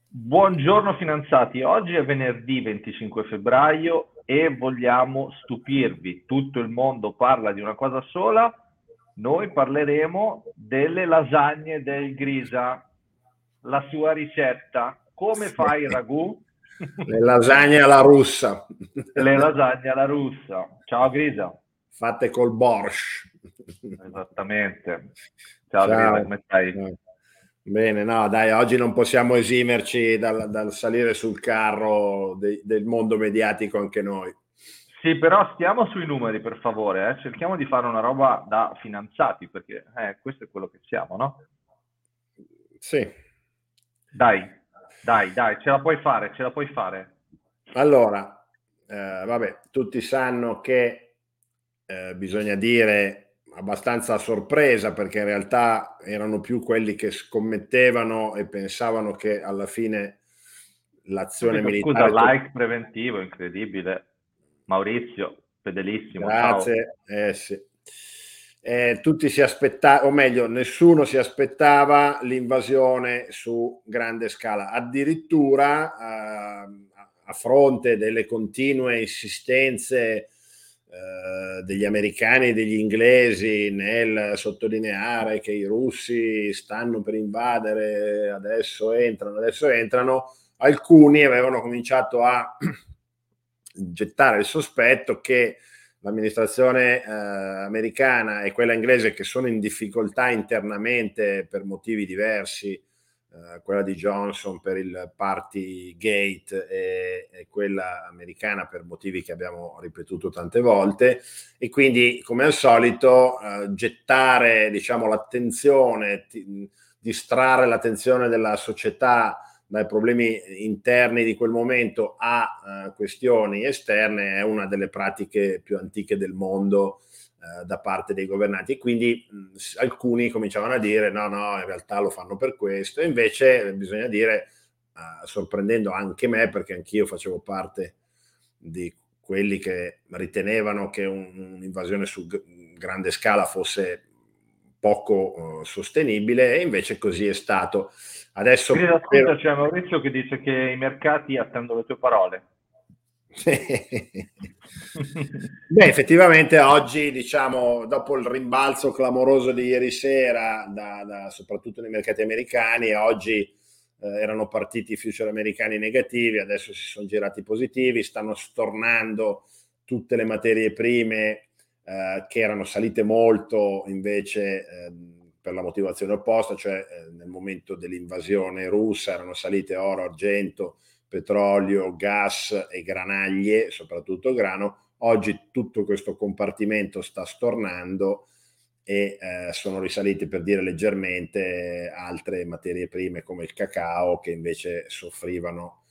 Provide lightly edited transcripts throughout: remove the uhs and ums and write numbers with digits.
Buongiorno finanziati, oggi è venerdì 25 febbraio e vogliamo stupirvi. Tutto il mondo parla di una cosa sola, noi parleremo delle lasagne del Grisa, la sua ricetta. Come fai il ragù? Le lasagne alla russa. Le lasagne alla russa. Ciao Grisa. Fatte col borscht. Esattamente. Ciao Grisa, Ciao. come stai? Bene, no, dai, oggi non possiamo esimerci dal salire sul carro del mondo mediatico anche noi. Sì, però stiamo sui numeri, per favore, eh. Cerchiamo di fare una roba da finanziati, perché questo è quello che siamo, no? Sì. Dai, dai, ce la puoi fare, ce la puoi fare. Allora, vabbè, tutti sanno che bisogna dire abbastanza a sorpresa, perché in realtà erano più quelli che scommettevano e pensavano che alla fine l'azione Subito, scusa, militare. like preventivo, incredibile. Maurizio, fedelissimo, ciao. Grazie, sì. Tutti si aspettavano, o meglio, nessuno si aspettava l'invasione su grande scala. Addirittura, a fronte delle continue insistenze degli americani e degli inglesi nel sottolineare che i russi stanno per invadere, adesso entrano, alcuni avevano cominciato a gettare il sospetto che l'amministrazione americana e quella inglese, che sono in difficoltà internamente per motivi diversi, quella di Johnson per il Partygate e quella americana per motivi che abbiamo ripetuto tante volte, e quindi come al solito gettare, diciamo, l'attenzione, distrarre l'attenzione della società dai problemi interni di quel momento a questioni esterne è una delle pratiche più antiche del mondo da parte dei governanti, e quindi alcuni cominciavano a dire no, in realtà lo fanno per questo, e invece bisogna dire, sorprendendo anche me, perché anch'io facevo parte di quelli che ritenevano che un'invasione su grande scala fosse poco sostenibile, e invece così è stato. Adesso Quindi ascolta, c'è Maurizio che dice che i mercati attendono le tue parole. Beh, effettivamente oggi, diciamo, dopo il rimbalzo clamoroso di ieri sera, soprattutto nei mercati americani, oggi erano partiti i future americani negativi, adesso si sono girati positivi, stanno stornando tutte le materie prime che erano salite molto invece per la motivazione opposta, cioè nel momento dell'invasione russa erano salite oro, argento, petrolio, gas e granaglie, soprattutto grano. Oggi tutto questo compartimento sta stornando e sono risaliti, per dire leggermente, altre materie prime come il cacao, che invece soffrivano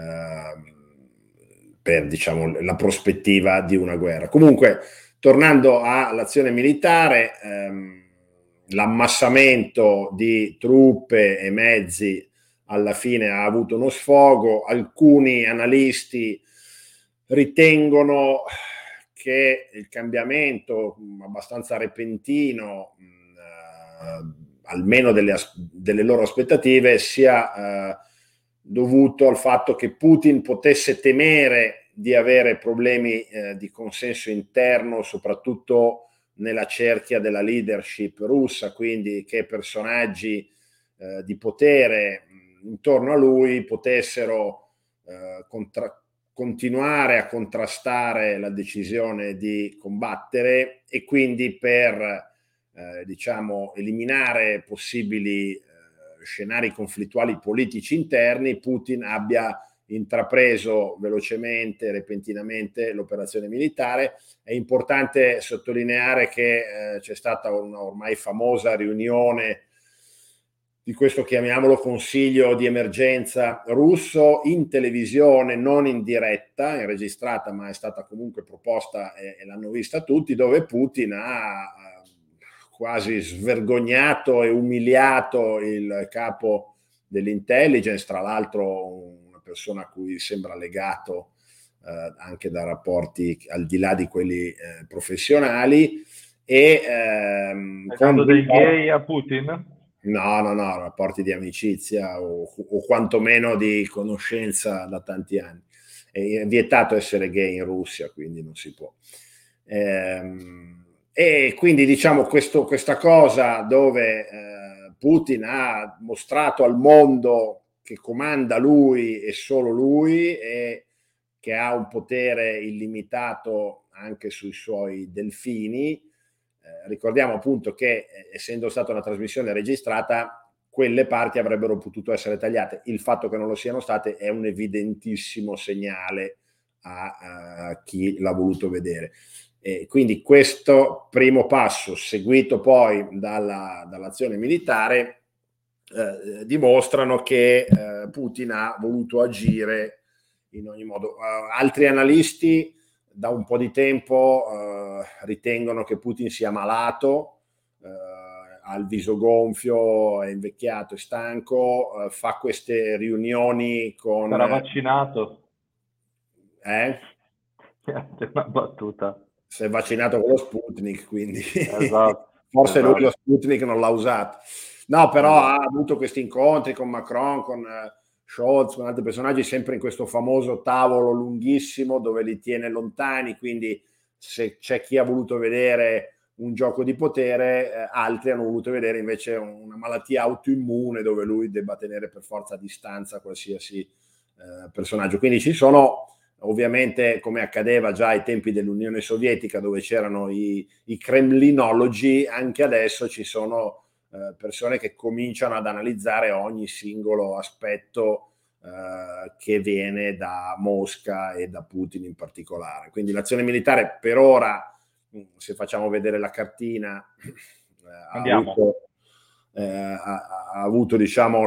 per, diciamo, la prospettiva di una guerra. Comunque, tornando all'azione militare, l'ammassamento di truppe e mezzi alla fine ha avuto uno sfogo. Alcuni analisti ritengono che il cambiamento abbastanza repentino, almeno delle loro aspettative, sia dovuto al fatto che Putin potesse temere di avere problemi di consenso interno, soprattutto nella cerchia della leadership russa, quindi che personaggi di potere intorno a lui potessero continuare a contrastare la decisione di combattere, e quindi per diciamo eliminare possibili scenari conflittuali politici interni, Putin abbia intrapreso velocemente, repentinamente l'operazione militare. È importante sottolineare che c'è stata una ormai famosa riunione di questo, chiamiamolo, consiglio di emergenza russo in televisione, non in diretta, è registrata, ma è stata comunque proposta e l'hanno vista tutti, dove Putin ha quasi svergognato e umiliato il capo dell'intelligence, tra l'altro una persona a cui sembra legato anche da rapporti al di là di quelli professionali, e Stai dando dei gay a Putin? No, rapporti di amicizia o quantomeno di conoscenza da tanti anni. È vietato essere gay in Russia, quindi non si può. E quindi diciamo questa cosa dove Putin ha mostrato al mondo che comanda lui e solo lui e che ha un potere illimitato anche sui suoi delfini. Ricordiamo appunto che essendo stata una trasmissione registrata, quelle parti avrebbero potuto essere tagliate. Il fatto che non lo siano state è un evidentissimo segnale a chi l'ha voluto vedere. Quindi questo primo passo, seguito poi dall'azione militare, dimostrano che Putin ha voluto agire in ogni modo. Altri analisti da un po' di tempo ritengono che Putin sia malato, ha il viso gonfio, è invecchiato, è stanco, fa queste riunioni con... Sarà vaccinato. È una battuta. Si è vaccinato con lo Sputnik, quindi Esatto, forse esatto. lui lo Sputnik non l'ha usato. No, però esatto. ha avuto questi incontri con Macron, con Scholz, con altri personaggi, sempre in questo famoso tavolo lunghissimo dove li tiene lontani, quindi se c'è chi ha voluto vedere un gioco di potere, altri hanno voluto vedere invece una malattia autoimmune dove lui debba tenere per forza a distanza qualsiasi personaggio. Quindi ci sono ovviamente, come accadeva già ai tempi dell'Unione Sovietica dove c'erano i kremlinologi, anche adesso ci sono persone che cominciano ad analizzare ogni singolo aspetto che viene da Mosca e da Putin in particolare. Quindi l'azione militare per ora, se facciamo vedere la cartina, ha avuto diciamo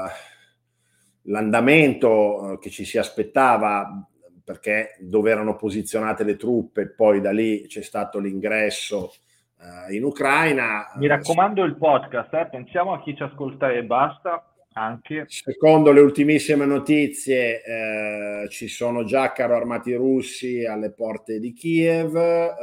l'andamento che ci si aspettava, perché dove erano posizionate le truppe, poi da lì c'è stato l'ingresso in Ucraina. Mi raccomando il podcast, pensiamo a chi ci ascolta e basta. Anche. Secondo le ultimissime notizie ci sono già carro armati russi alle porte di Kiev.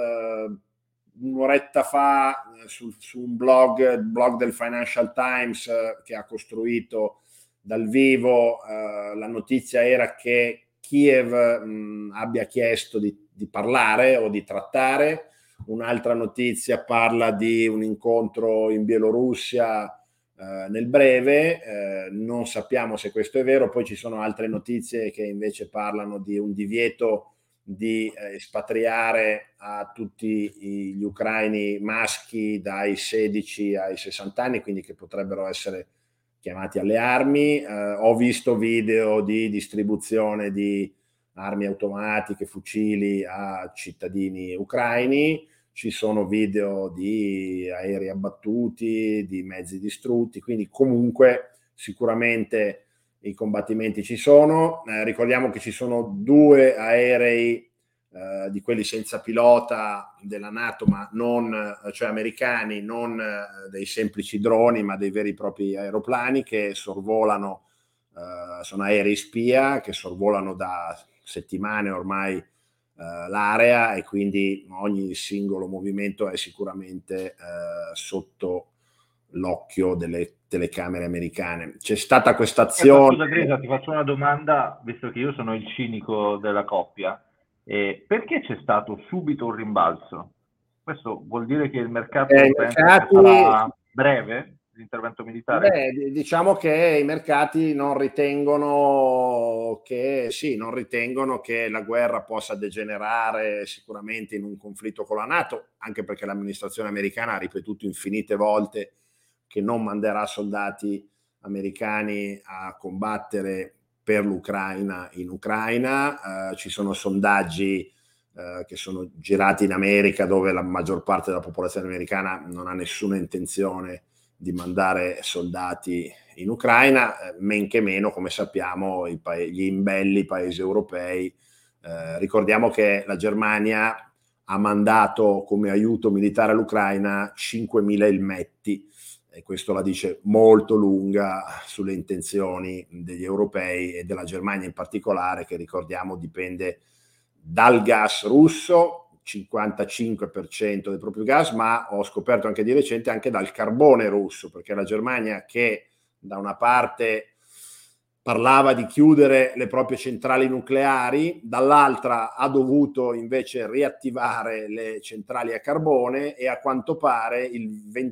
Un'oretta fa su un blog del Financial Times che ha costruito dal vivo, la notizia era che Kiev abbia chiesto di parlare o di trattare. Un'altra notizia parla di un incontro in Bielorussia nel breve, non sappiamo se questo è vero. Poi ci sono altre notizie che invece parlano di un divieto di espatriare a tutti gli ucraini maschi dai 16 ai 60 anni, quindi che potrebbero essere chiamati alle armi. Ho visto video di distribuzione di armi automatiche, fucili a cittadini ucraini. Ci sono video di aerei abbattuti, di mezzi distrutti, quindi comunque sicuramente i combattimenti ci sono. Ricordiamo che ci sono 2 aerei di quelli senza pilota della NATO, ma non, cioè americani, non dei semplici droni, ma dei veri e propri aeroplani che sorvolano, sono aerei spia che sorvolano da settimane ormai l'area, e quindi ogni singolo movimento è sicuramente sotto l'occhio delle telecamere americane. C'è stata questa azione. Scusa Grisa, ti faccio una domanda, visto che io sono il cinico della coppia. Perché c'è stato subito un rimbalzo? Questo vuol dire che il mercato pensa che sarà breve l'intervento militare? Beh, diciamo che i mercati non ritengono che la guerra possa degenerare sicuramente in un conflitto con la NATO, anche perché l'amministrazione americana ha ripetuto infinite volte che non manderà soldati americani a combattere per l'Ucraina in Ucraina. Ci sono sondaggi che sono girati in America, dove la maggior parte della popolazione americana non ha nessuna intenzione di mandare soldati in Ucraina, men che meno, come sappiamo, gli imbelli paesi europei. Ricordiamo che la Germania ha mandato come aiuto militare all'Ucraina 5.000 elmetti, e questo la dice molto lunga sulle intenzioni degli europei e della Germania in particolare, che ricordiamo dipende dal gas russo, 55% del proprio gas, ma ho scoperto anche di recente anche dal carbone russo, perché la Germania, che da una parte parlava di chiudere le proprie centrali nucleari, dall'altra ha dovuto invece riattivare le centrali a carbone, e a quanto pare il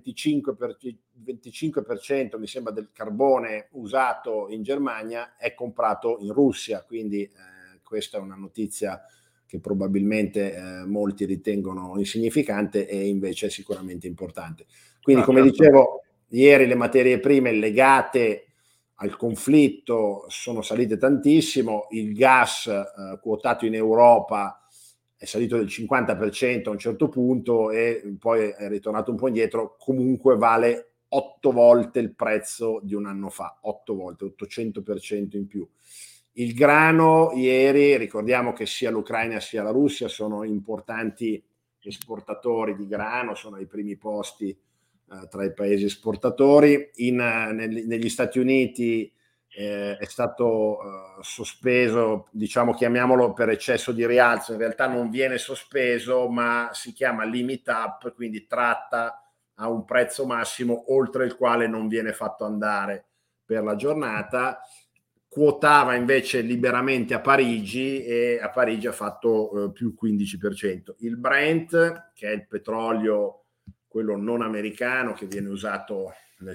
25% mi sembra del carbone usato in Germania è comprato in Russia, quindi questa è una notizia che probabilmente molti ritengono insignificante e invece è sicuramente importante. Quindi, come certo. dicevo, ieri le materie prime legate al conflitto sono salite tantissimo, il gas quotato in Europa è salito del 50% a un certo punto e poi è ritornato un po' indietro, comunque vale 8 volte il prezzo di un anno fa, 8 volte, 800% in più. Il grano ieri, ricordiamo che sia l'Ucraina sia la Russia sono importanti esportatori di grano, sono ai primi posti tra i paesi esportatori. Negli Stati Uniti è stato sospeso, diciamo, chiamiamolo per eccesso di rialzo, in realtà non viene sospeso ma si chiama limit up, quindi tratta a un prezzo massimo oltre il quale non viene fatto andare per la giornata. Quotava invece liberamente a Parigi e a Parigi ha fatto più 15%. Il Brent, che è il petrolio quello non americano che viene usato nel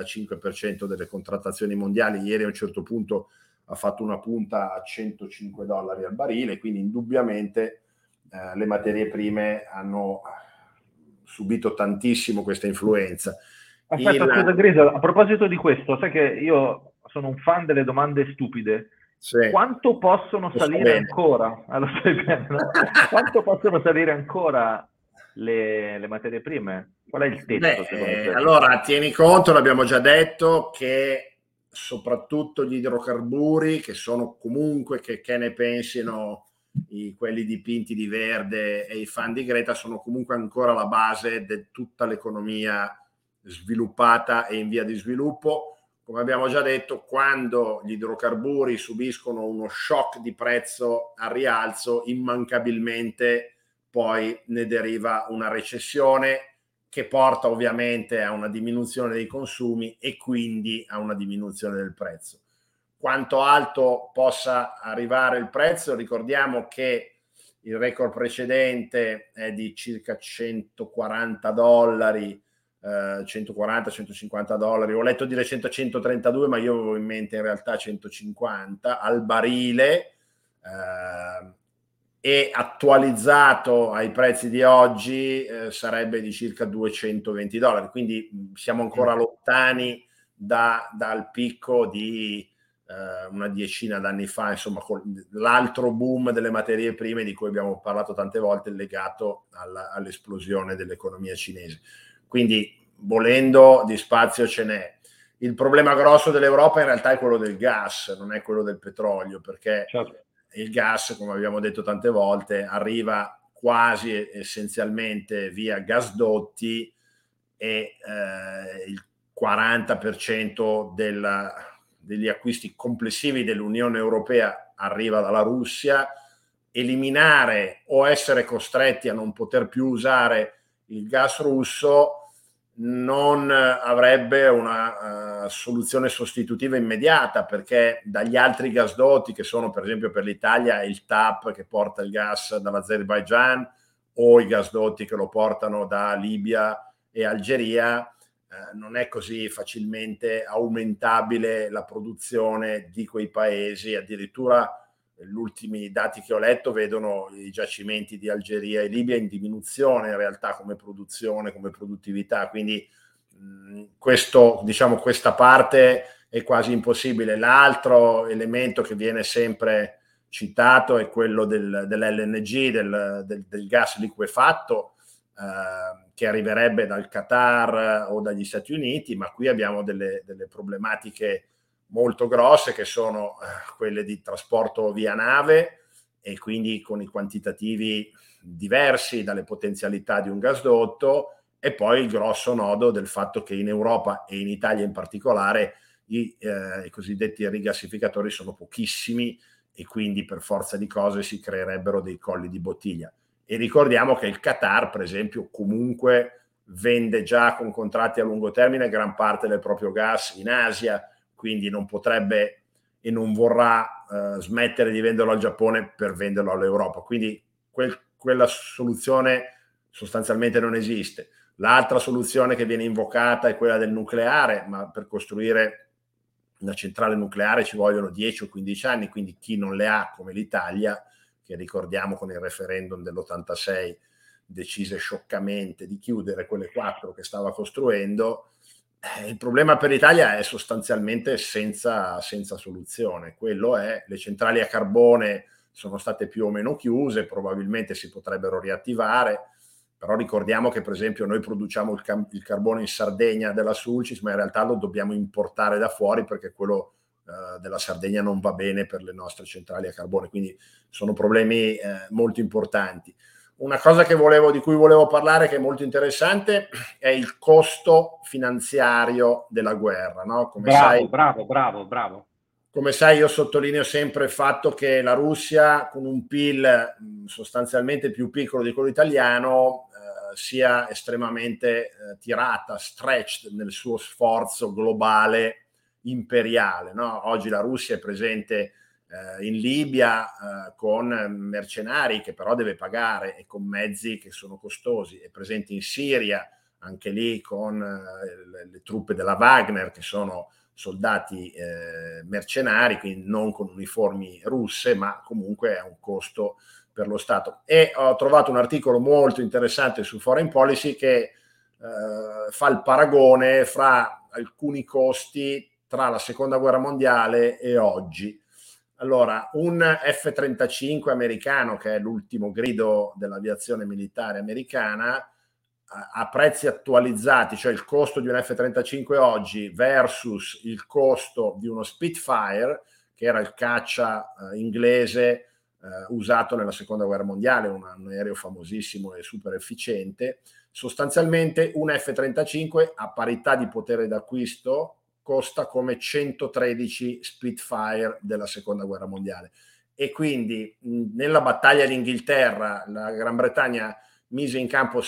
75% delle contrattazioni mondiali, ieri a un certo punto ha fatto una punta a $105 al barile, quindi indubbiamente le materie prime hanno subito tantissimo questa influenza. Aspetta, scusa Grisa, a proposito di questo, sai che io sono un fan delle domande stupide. Sì, Quanto possono lo so salire bene. ancora? Lo sai bene, no? Quanto possono salire ancora le materie prime? Qual è il tetto secondo te? Allora, tieni conto, l'abbiamo già detto, che soprattutto gli idrocarburi, che sono comunque, che ne pensino quelli dipinti di verde e i fan di Greta, sono comunque ancora la base di tutta l'economia sviluppata e in via di sviluppo. Come abbiamo già detto, quando gli idrocarburi subiscono uno shock di prezzo al rialzo, immancabilmente poi ne deriva una recessione che porta ovviamente a una diminuzione dei consumi e quindi a una diminuzione del prezzo. Quanto alto possa arrivare il prezzo, ricordiamo che il record precedente è di circa $140, 140-150. Ho letto di recente 132, ma io avevo in mente in realtà 150 al barile, e attualizzato ai prezzi di oggi sarebbe di circa $220, quindi siamo ancora lontani dal picco di una decina d'anni fa, insomma, con l'altro boom delle materie prime di cui abbiamo parlato tante volte, legato all'esplosione dell'economia cinese. Quindi, volendo, di spazio ce n'è. Il problema grosso dell'Europa in realtà è quello del gas, non è quello del petrolio, perché Certo. il gas, come abbiamo detto tante volte, arriva quasi essenzialmente via gasdotti e il 40% degli acquisti complessivi dell'Unione Europea arriva dalla Russia. Eliminare o essere costretti a non poter più usare il gas russo non avrebbe una soluzione sostitutiva immediata, perché dagli altri gasdotti, che sono per esempio per l'Italia il TAP che porta il gas dall'Azerbaigian o i gasdotti che lo portano da Libia e Algeria, non è così facilmente aumentabile la produzione di quei paesi. Addirittura gli ultimi dati che ho letto vedono i giacimenti di Algeria e Libia in diminuzione in realtà come produzione, come produttività, quindi questa parte è quasi impossibile. L'altro elemento che viene sempre citato è quello dell'LNG, del gas liquefatto, che arriverebbe dal Qatar o dagli Stati Uniti, ma qui abbiamo delle problematiche molto grosse che sono quelle di trasporto via nave, e quindi con i quantitativi diversi dalle potenzialità di un gasdotto, e poi il grosso nodo del fatto che in Europa e in Italia in particolare i cosiddetti rigassificatori sono pochissimi e quindi per forza di cose si creerebbero dei colli di bottiglia. E ricordiamo che il Qatar, per esempio, comunque vende già con contratti a lungo termine gran parte del proprio gas in Asia, quindi non potrebbe e non vorrà smettere di venderlo al Giappone per venderlo all'Europa. Quindi quella soluzione sostanzialmente non esiste. L'altra soluzione che viene invocata è quella del nucleare, ma per costruire una centrale nucleare ci vogliono 10 o 15 anni, quindi chi non le ha, come l'Italia, che ricordiamo con il referendum dell'86 decise scioccamente di chiudere quelle 4 che stava costruendo, il problema per l'Italia è sostanzialmente senza soluzione. Quello è, le centrali a carbone sono state più o meno chiuse, probabilmente si potrebbero riattivare, però ricordiamo che per esempio noi produciamo il carbone in Sardegna della Sulcis, ma in realtà lo dobbiamo importare da fuori perché quello della Sardegna non va bene per le nostre centrali a carbone, quindi sono problemi molto importanti. Una cosa di cui volevo parlare, che è molto interessante, è il costo finanziario della guerra, no? Bravo. Come sai, io sottolineo sempre il fatto che la Russia, con un PIL sostanzialmente più piccolo di quello italiano, sia estremamente tirata, stretched nel suo sforzo globale imperiale, no? Oggi la Russia è presente in Libia con mercenari che però deve pagare e con mezzi che sono costosi, è presente in Siria anche lì con le truppe della Wagner, che sono soldati mercenari, quindi non con uniformi russe, ma comunque è un costo per lo Stato. E ho trovato un articolo molto interessante su Foreign Policy che fa il paragone fra alcuni costi tra la seconda guerra mondiale e oggi. Allora, un F-35 americano, che è l'ultimo grido dell'aviazione militare americana, a prezzi attualizzati, cioè il costo di un F-35 oggi versus il costo di uno Spitfire, che era il caccia inglese usato nella seconda guerra mondiale, un aereo famosissimo e super efficiente, sostanzialmente un F-35 a parità di potere d'acquisto costa come 113 Spitfire della seconda guerra mondiale. E quindi nella battaglia d'Inghilterra la Gran Bretagna mise in campo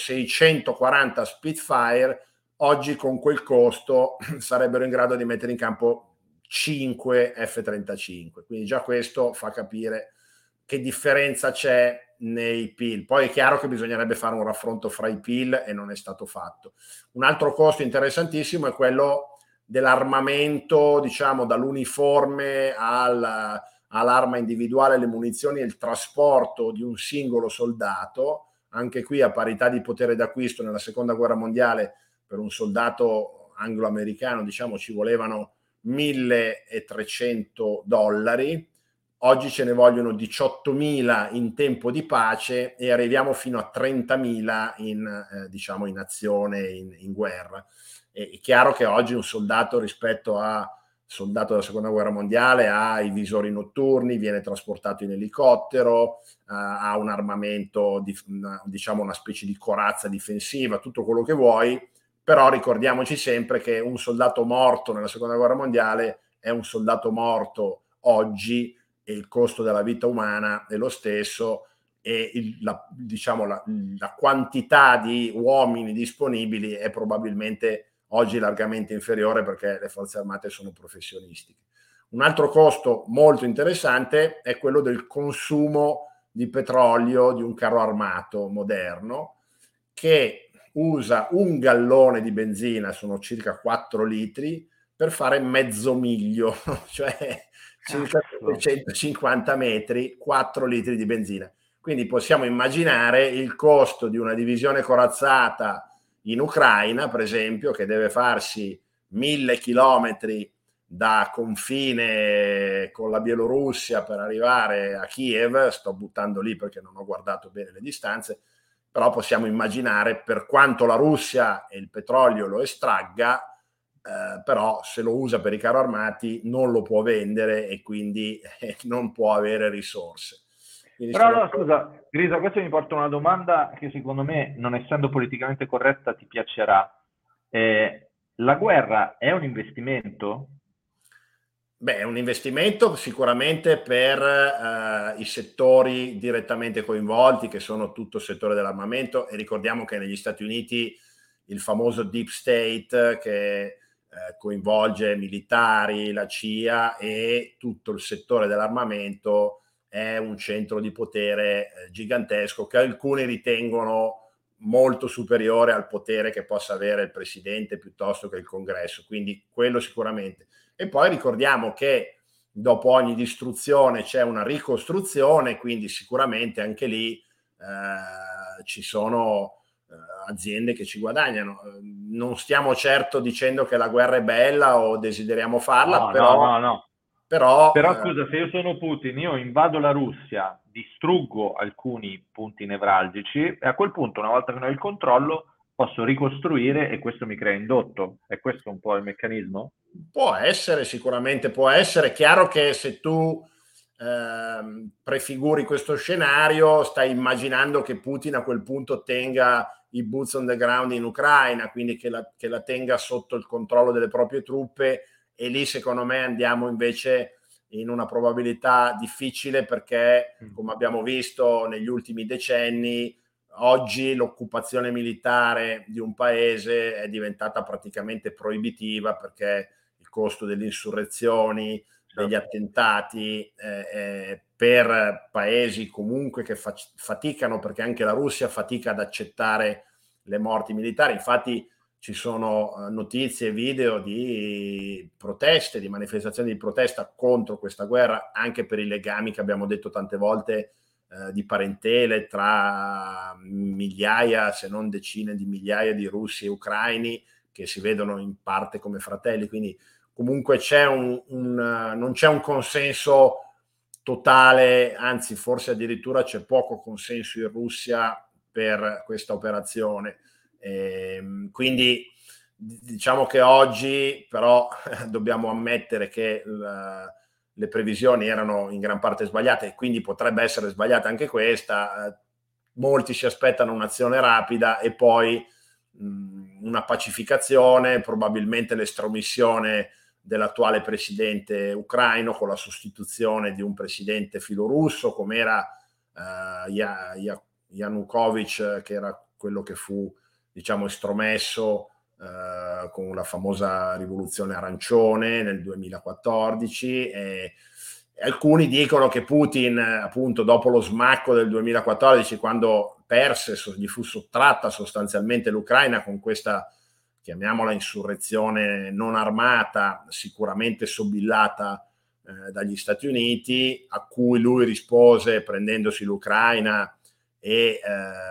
640 Spitfire, oggi con quel costo sarebbero in grado di mettere in campo 5 F-35. Quindi già questo fa capire che differenza c'è nei PIL. Poi è chiaro che bisognerebbe fare un raffronto fra i PIL e non è stato fatto. Un altro costo interessantissimo è quello dell'armamento, diciamo dall'uniforme all'arma individuale, le munizioni e il trasporto di un singolo soldato. Anche qui a parità di potere d'acquisto nella seconda guerra mondiale per un soldato anglo-americano, diciamo, ci volevano $1.300. Oggi ce ne vogliono 18.000 in tempo di pace e arriviamo fino a 30.000 diciamo in azione, in guerra. È chiaro che oggi un soldato rispetto a soldato della seconda guerra mondiale ha i visori notturni, viene trasportato in elicottero, ha un armamento, diciamo una specie di corazza difensiva, tutto quello che vuoi, però ricordiamoci sempre che un soldato morto nella seconda guerra mondiale è un soldato morto oggi e il costo della vita umana è lo stesso e diciamo la quantità di uomini disponibili è probabilmente oggi largamente inferiore perché le forze armate sono professionistiche. Un altro costo molto interessante è quello del consumo di petrolio di un carro armato moderno che usa un gallone di benzina, sono circa 4 litri, per fare mezzo miglio, cioè circa 150 metri, 4 litri di benzina. Quindi possiamo immaginare il costo di una divisione corazzata in Ucraina, per esempio, che deve farsi 1.000 chilometri da confine con la Bielorussia per arrivare a Kiev, sto buttando lì perché non ho guardato bene le distanze, però possiamo immaginare per quanto la Russia e il petrolio lo estragga, però se lo usa per i carri armati non lo può vendere e quindi non può avere risorse. Quindi però no, scusa, Grisa, questo mi porta a una domanda che secondo me, non essendo politicamente corretta, ti piacerà. La guerra è un investimento? Beh, è un investimento sicuramente per i settori direttamente coinvolti, che sono tutto il settore dell'armamento, e ricordiamo che negli Stati Uniti il famoso Deep State, che coinvolge militari, la CIA e tutto il settore dell'armamento, è un centro di potere gigantesco, che alcuni ritengono molto superiore al potere che possa avere il presidente piuttosto che il congresso, quindi quello sicuramente. E poi ricordiamo che dopo ogni distruzione c'è una ricostruzione, quindi sicuramente anche lì ci sono aziende che ci guadagnano. Non stiamo certo dicendo che la guerra è bella o desideriamo farla, No, no, no, no. però Però scusa, se io sono Putin, io invado la Russia, distruggo alcuni punti nevralgici e a quel punto, una volta che ne ho il controllo, posso ricostruire e questo mi crea indotto. È questo un po' il meccanismo? può essere, sicuramente può essere. Chiaro che se tu prefiguri questo scenario, stai immaginando che Putin a quel punto tenga i boots on the ground in Ucraina, quindi che la tenga sotto il controllo delle proprie truppe, e lì secondo me andiamo invece in una probabilità difficile, perché come abbiamo visto negli ultimi decenni, oggi l'occupazione militare di un paese è diventata praticamente proibitiva, perché il costo delle insurrezioni, degli attentati per paesi comunque che faticano, perché anche la Russia fatica ad accettare le morti militari. Infatti ci sono notizie e video di proteste, di manifestazioni di protesta contro questa guerra, anche per i legami che abbiamo detto tante volte di parentele tra migliaia, se non decine di migliaia di russi e ucraini, che si vedono in parte come fratelli. Quindi comunque c'è non c'è un consenso totale, anzi forse addirittura c'è poco consenso in Russia per questa operazione. Quindi diciamo che oggi però dobbiamo ammettere che le previsioni erano in gran parte sbagliate, e quindi potrebbe essere sbagliata anche questa. Molti si aspettano un'azione rapida e poi una pacificazione, probabilmente l'estromissione dell'attuale presidente ucraino con la sostituzione di un presidente filorusso come era Yanukovych, che era quello che fu, diciamo, estromesso con la famosa rivoluzione arancione nel 2014. E alcuni dicono che Putin, appunto, dopo lo smacco del 2014, quando perse, gli fu sottratta sostanzialmente l'Ucraina con questa, chiamiamola, insurrezione non armata, sicuramente sobillata dagli Stati Uniti, a cui lui rispose prendendosi l'Ucraina e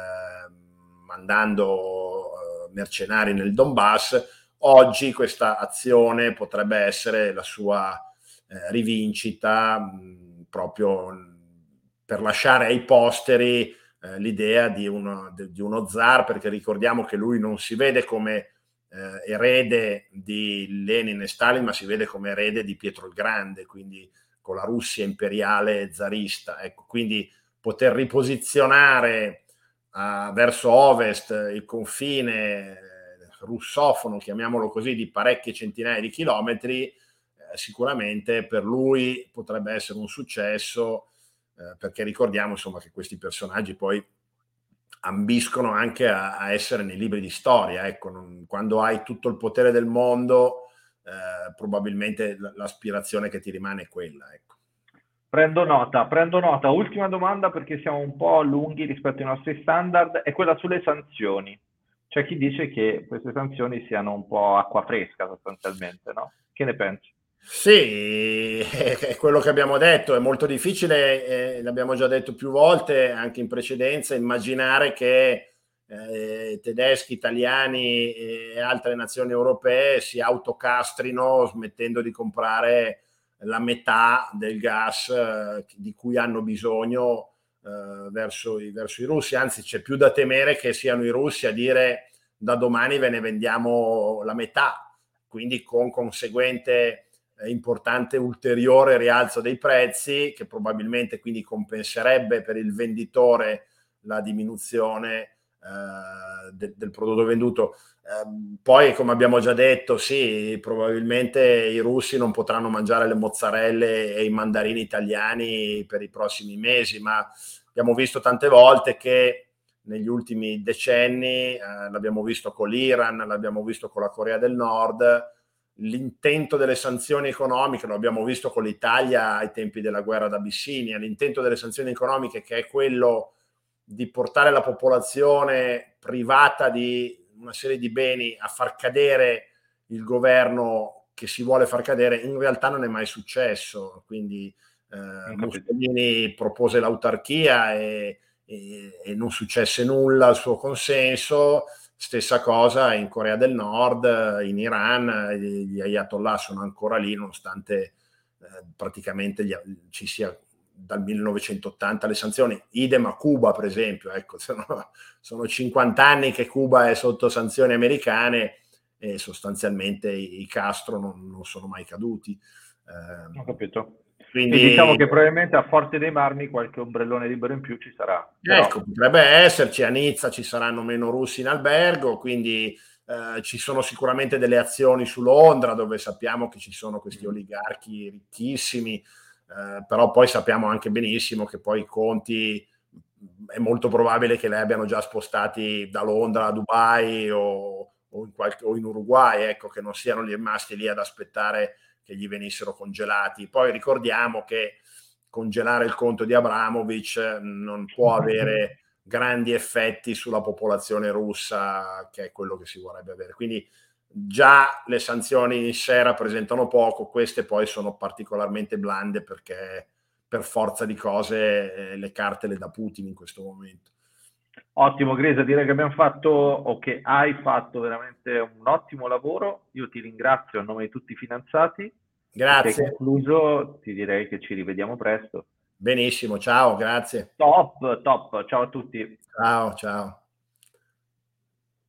mandando mercenari nel Donbass. Oggi questa azione potrebbe essere la sua rivincita, proprio per lasciare ai posteri l'idea di uno zar, perché ricordiamo che lui non si vede come erede di Lenin e Stalin, ma si vede come erede di Pietro il Grande, quindi con la Russia imperiale zarista. Ecco, quindi poter riposizionare verso ovest il confine russofono, chiamiamolo così, di parecchie centinaia di chilometri, sicuramente per lui potrebbe essere un successo, perché ricordiamo insomma che questi personaggi poi ambiscono anche a essere nei libri di storia. Ecco, quando hai tutto il potere del mondo, probabilmente l'aspirazione che ti rimane è quella. Ecco. Prendo nota, prendo nota. Ultima domanda perché siamo un po' lunghi rispetto ai nostri standard, è quella sulle sanzioni. C'è chi dice che queste sanzioni siano un po' acqua fresca sostanzialmente, no? Che ne pensi? Sì, è quello che abbiamo detto, è molto difficile, l'abbiamo già detto più volte anche in precedenza, immaginare che tedeschi, italiani e altre nazioni europee si autocastrino smettendo di comprare la metà del gas di cui hanno bisogno verso i russi. Anzi, c'è più da temere che siano i russi a dire: da domani ve ne vendiamo la metà, quindi con conseguente importante ulteriore rialzo dei prezzi, che probabilmente quindi compenserebbe per il venditore la diminuzione del prodotto venduto. Poi, come abbiamo già detto, sì, probabilmente i russi non potranno mangiare le mozzarelle e i mandarini italiani per i prossimi mesi, ma abbiamo visto tante volte che negli ultimi decenni, l'abbiamo visto con l'Iran, l'abbiamo visto con la Corea del Nord, l'intento delle sanzioni economiche, lo abbiamo visto con l'Italia ai tempi della guerra d'Abissinia, l'intento delle sanzioni economiche, che è quello di portare la popolazione privata di una serie di beni a far cadere il governo che si vuole far cadere, in realtà non è mai successo. Quindi Mussolini propose l'autarchia e non successe nulla al suo consenso. Stessa cosa in Corea del Nord, in Iran, gli ayatollah sono ancora lì nonostante praticamente ci sia dal 1980 le sanzioni. Idem a Cuba, per esempio, ecco, sono 50 anni che Cuba è sotto sanzioni americane e sostanzialmente i Castro non sono mai caduti. Ho capito. Quindi E diciamo che probabilmente a Forte dei Marmi qualche ombrellone libero in più ci sarà. Però... Ecco, potrebbe esserci. A Nizza ci saranno meno russi in albergo, quindi ci sono sicuramente delle azioni su Londra, dove sappiamo che ci sono questi oligarchi ricchissimi, però poi sappiamo anche benissimo che poi i conti è molto probabile che li abbiano già spostati da Londra a Dubai o in Uruguay, ecco, che non siano rimasti lì ad aspettare che gli venissero congelati. Poi ricordiamo che congelare il conto di Abramovich non può avere grandi effetti sulla popolazione russa, che è quello che si vorrebbe avere. Quindi già le sanzioni in sé rappresentano poco, queste poi sono particolarmente blande perché per forza di cose le carte le dà Putin in questo momento. Ottimo Gresa, direi che abbiamo fatto o che hai fatto veramente un ottimo lavoro. Io ti ringrazio a nome di tutti i finanziati. E che hai Grazie. concluso, ti direi che ci rivediamo presto. Benissimo, ciao, grazie. Top, top, ciao a tutti. Ciao, ciao.